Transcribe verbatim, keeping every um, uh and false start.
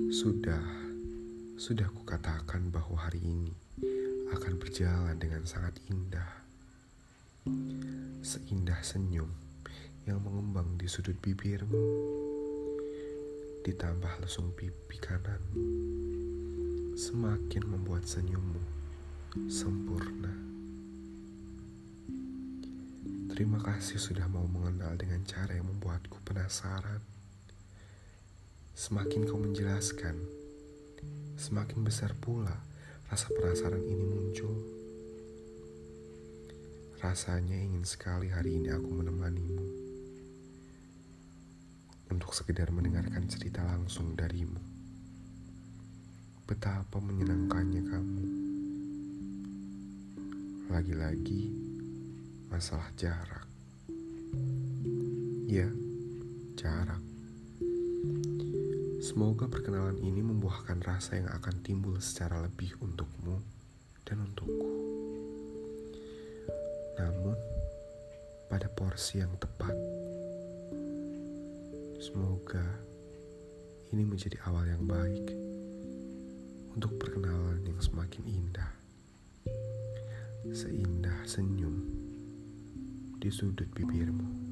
Sudah, sudah kukatakan bahwa hari ini akan berjalan dengan sangat indah. Seindah senyum yang mengembang di sudut bibirmu, ditambah lesung pipi kananmu, semakin membuat senyummu sempurna. Terima kasih sudah mau mengenal dengan cara yang membuatku penasaran. Semakin kau menjelaskan, semakin besar pula rasa penasaran ini muncul. Rasanya ingin sekali hari ini aku menemanimu untuk sekedar mendengarkan cerita langsung darimu. Betapa menyenangkannya kamu. Lagi-lagi masalah jarak. Ya, jarak. Semoga perkenalan ini membuahkan rasa yang akan timbul secara lebih untukmu dan untukku. Namun, pada porsi yang tepat. Semoga ini menjadi awal yang baik untuk perkenalan yang semakin indah. Seindah senyum di sudut bibirmu.